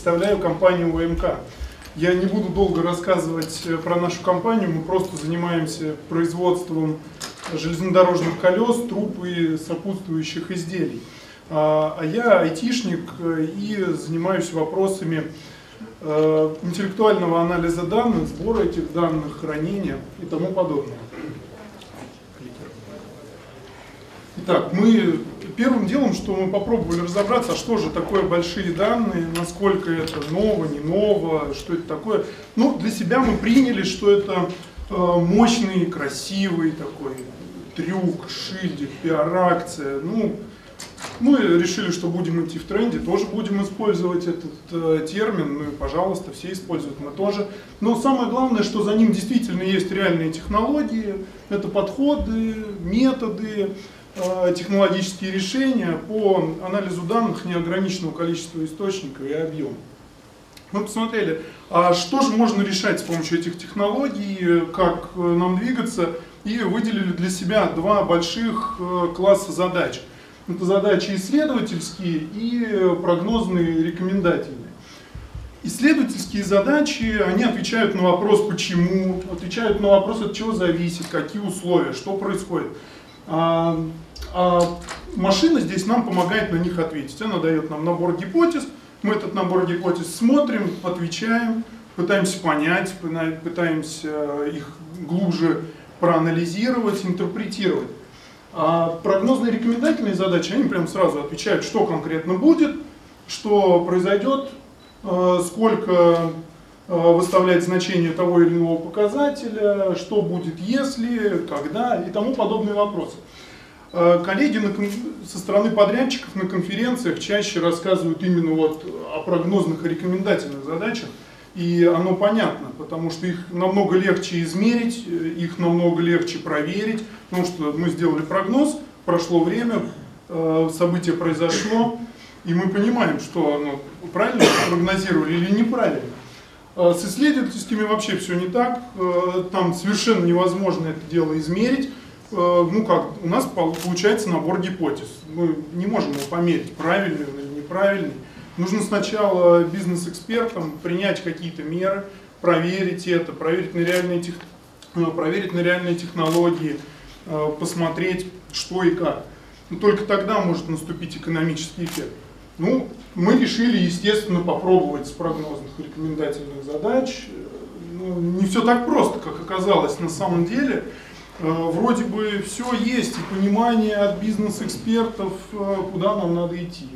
представляю компанию ОМК. Я не буду долго рассказывать про нашу компанию, мы просто занимаемся производством железнодорожных колес, труб и сопутствующих изделий. А я айтишник и занимаюсь вопросами интеллектуального анализа данных, сбора этих данных, хранения и тому подобное. Итак, мы первым делом, что мы попробовали разобраться, а что же такое большие данные, насколько это ново, не ново, что это такое. Ну, для себя мы приняли, что это мощный, красивый такой трюк, шильдик, пиар-акция. Ну, мы решили, что будем идти в тренде, тоже будем использовать этот термин, ну и пожалуйста, все используют, мы тоже. Но самое главное, что за ним действительно есть реальные технологии, это подходы, методы, технологические решения по анализу данных неограниченного количества источников и объема. Мы посмотрели, а что же можно решать с помощью этих технологий, как нам двигаться, и выделили для себя два больших класса задач. Это задачи исследовательские и прогнозные рекомендательные. Исследовательские задачи, они отвечают на вопрос «почему?», отвечают на вопрос «от чего зависит?», «какие условия?», «что происходит?». А машина здесь нам помогает на них ответить. Она дает нам набор гипотез, мы этот набор гипотез смотрим, отвечаем, пытаемся понять, пытаемся их глубже проанализировать, интерпретировать. А прогнозные рекомендательные задачи, они прям сразу отвечают, что конкретно будет, что произойдет, сколько выставлять значение того или иного показателя, что будет если, когда и тому подобные вопросы. Коллеги со стороны подрядчиков на конференциях чаще рассказывают именно вот о прогнозных и рекомендательных задачах, и оно понятно, потому что их намного легче измерить, их намного легче проверить, потому что мы сделали прогноз, прошло время, событие произошло, и мы понимаем, что правильно прогнозировали или неправильно. С исследовательскими вообще все не так, там совершенно невозможно это дело измерить. Ну как, у нас получается набор гипотез, мы не можем его померить, правильный он или неправильный. Нужно сначала бизнес-экспертам принять какие-то меры, проверить это, проверить на реальные технологии, посмотреть, что и как. Но только тогда может наступить экономический эффект. Ну, мы решили, естественно, попробовать с прогнозных рекомендательных задач. Ну, не все так просто, как оказалось на самом деле. Вроде бы все есть, и понимание от бизнес-экспертов, куда нам надо идти.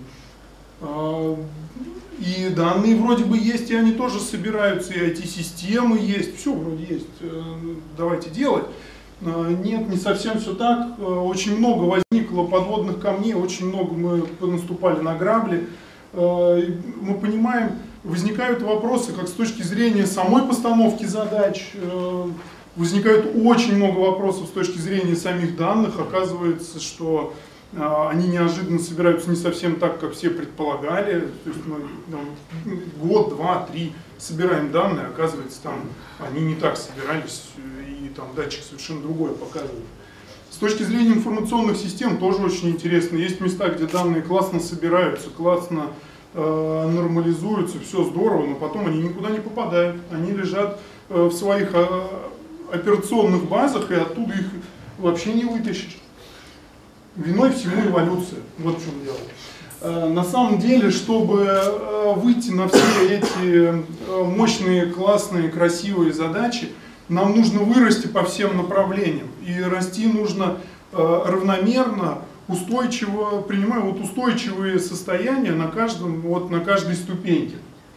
И данные вроде бы есть, и они тоже собираются, и IT-системы есть, все вроде есть, давайте делать. Нет, не совсем все так, очень много возникло подводных камней, очень много мы наступали на грабли. Мы понимаем, возникают вопросы, как с точки зрения самой постановки задач, возникает очень много вопросов с точки зрения самих данных. Оказывается, что они неожиданно собираются не совсем так, как все предполагали. То есть мы год, два, три собираем данные, оказывается, там они не так собирались, и там датчик совершенно другое показывает. С точки зрения информационных систем тоже очень интересно. Есть места, где данные классно собираются, классно нормализуются, все здорово, но потом они никуда не попадают. Они лежат в своих операционных базах, и оттуда их вообще не вытащишь. Виной всему эволюция. Вот в чем дело. На самом деле, чтобы выйти на все эти мощные, классные, красивые задачи, нам нужно вырасти по всем направлениям. И расти нужно равномерно, устойчиво, принимая вот устойчивые состояния на каждой ступеньке.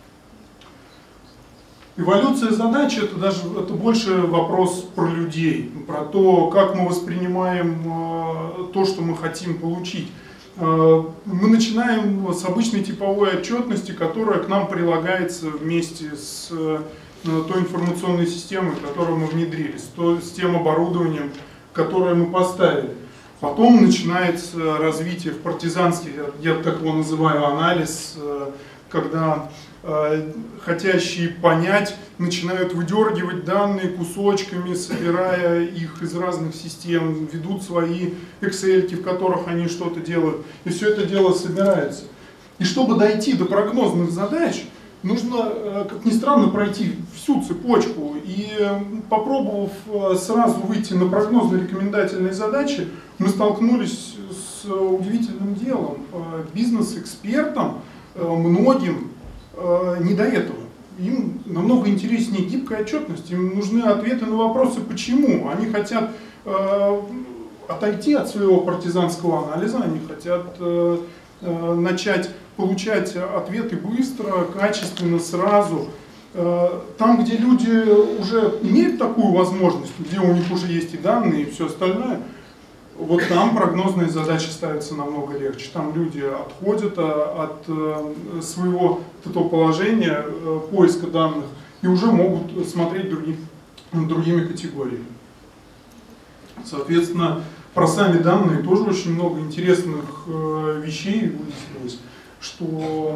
Эволюция задачи это больше вопрос про людей, про то, как мы воспринимаем то, что мы хотим получить. Мы начинаем с обычной типовой отчетности, которая к нам прилагается вместе с той информационной системой, которую мы внедрили, с тем оборудованием, которое мы поставили. Потом начинается развитие в партизанский, я так его называю, анализ, когда хотящие понять начинают выдергивать данные кусочками, собирая их из разных систем, ведут свои Excel-ки, в которых они что-то делают, и все это дело собирается. И чтобы дойти до прогнозных задач, нужно, как ни странно, пройти всю цепочку. И попробовав сразу выйти на прогнозно-рекомендательные задачи, мы столкнулись с удивительным делом. Бизнес-экспертам, многим не до этого. Им намного интереснее гибкая отчетность, им нужны ответы на вопросы «почему?». Они хотят отойти от своего партизанского анализа, они хотят начать получать ответы быстро, качественно, сразу. Там, где люди уже имеют такую возможность, где у них уже есть и данные, и все остальное, вот там прогнозные задачи ставятся намного легче. Там люди отходят от своего этого положения, поиска данных, и уже могут смотреть другими категориями. Соответственно, про сами данные тоже очень много интересных вещей выяснилось, что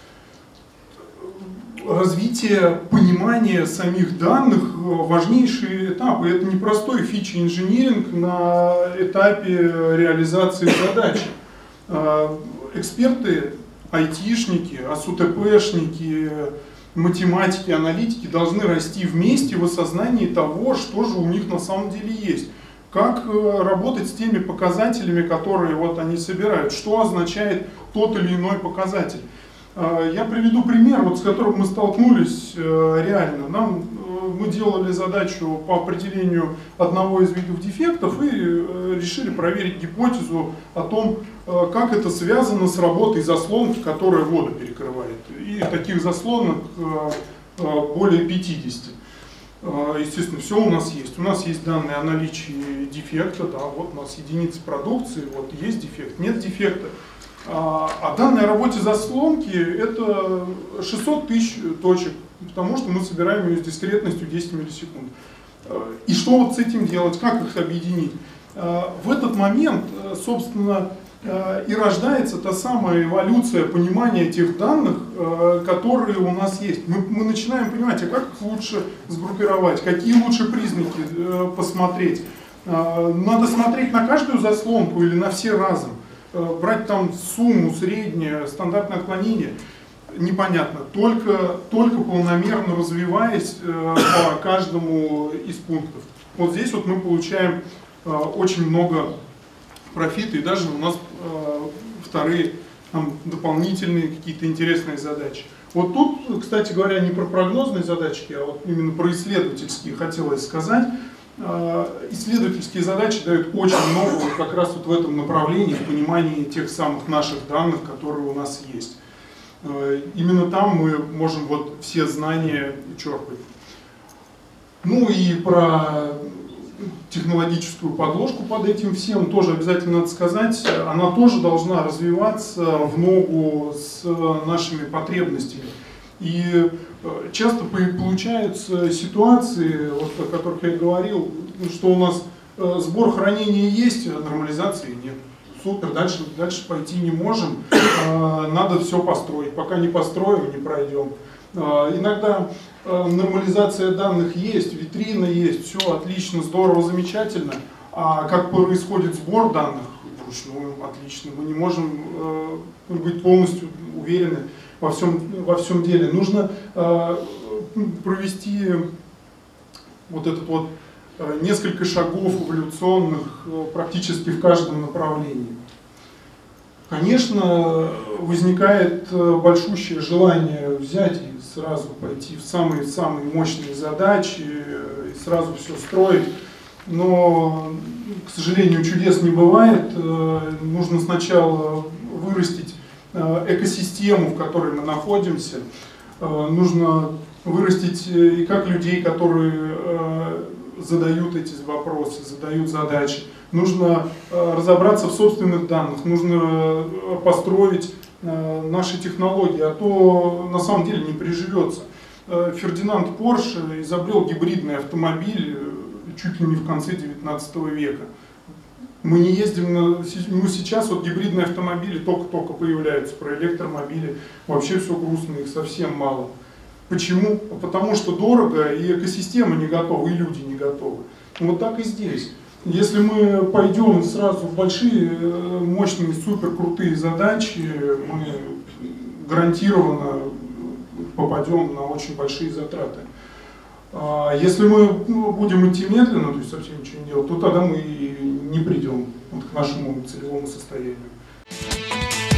развитие понимания самих данных важнейший этап, и это не простой фичи-инжиниринг на этапе реализации задач. Эксперты, айтишники, АСУТПшники, математики, аналитики должны расти вместе в осознании того, что же у них на самом деле есть. Как работать с теми показателями, которые вот они собирают, что означает тот или иной показатель. Я приведу пример, вот, с которым мы столкнулись реально. Мы делали задачу по определению одного из видов дефектов и решили проверить гипотезу о том, как это связано с работой заслонки, которая воду перекрывает. И таких заслонок более 50. Естественно, все у нас есть. У нас есть данные о наличии дефекта, да, вот у нас единицы продукции, вот есть дефект, нет дефекта. А данные о работе заслонки это 600 тысяч точек, потому что мы собираем ее с дискретностью 10 миллисекунд. И что вот с этим делать, как их объединить? В этот момент, собственно, и рождается та самая эволюция понимания тех данных, которые у нас есть. Мы начинаем понимать, а как их лучше сгруппировать, какие лучше признаки посмотреть. Надо смотреть на каждую заслонку или на все разом. Брать там сумму, среднее, стандартное отклонение, непонятно. Только полномерно развиваясь по каждому из пунктов. Вот здесь вот мы получаем очень много профита, и даже у нас вторые там, дополнительные какие-то интересные задачи. Вот тут, кстати говоря, не про прогнозные задачки, а вот именно про исследовательские хотелось сказать. Исследовательские задачи дают очень много вот как раз вот в этом направлении, в понимании тех самых наших данных, которые у нас есть. Именно там мы можем вот все знания черпать. Ну и про технологическую подложку под этим всем тоже обязательно надо сказать. Она тоже должна развиваться в ногу с нашими потребностями. И часто получаются ситуации, вот, о которых я говорил, что у нас сбор хранения есть, а нормализации нет. Супер, дальше пойти не можем, надо все построить. Пока не построим, не пройдем. Иногда нормализация данных есть, витрина есть, все отлично, здорово, замечательно. А как происходит сбор данных вручную, отлично. Мы не можем быть полностью уверены во всем деле. Нужно провести вот этот вот несколько шагов эволюционных практически в каждом направлении. Конечно, возникает большущее желание взять и сразу пойти в самые мощные задачи и сразу все строить, но, к сожалению, чудес не бывает. Нужно сначала вырастить экосистему, в которой мы находимся. Нужно вырастить и как людей, которые задают эти вопросы, задают задачи. Нужно разобраться в собственных данных, нужно построить наши технологии, а то на самом деле не приживется. Фердинанд Порш изобрел гибридный автомобиль чуть ли не в конце 19 века. Мы не ездим сейчас вот гибридные автомобили только-только появляются, про электромобили вообще все грустно, их совсем мало. Почему? Потому что дорого, и экосистема не готова, и люди не готовы. Вот так и здесь. Если мы пойдем сразу в большие, мощные, супер крутые задачи, мы гарантированно попадем на очень большие затраты. Если мы будем идти медленно, то есть совсем ничего не делать, то тогда мы и не придем вот к нашему целевому состоянию.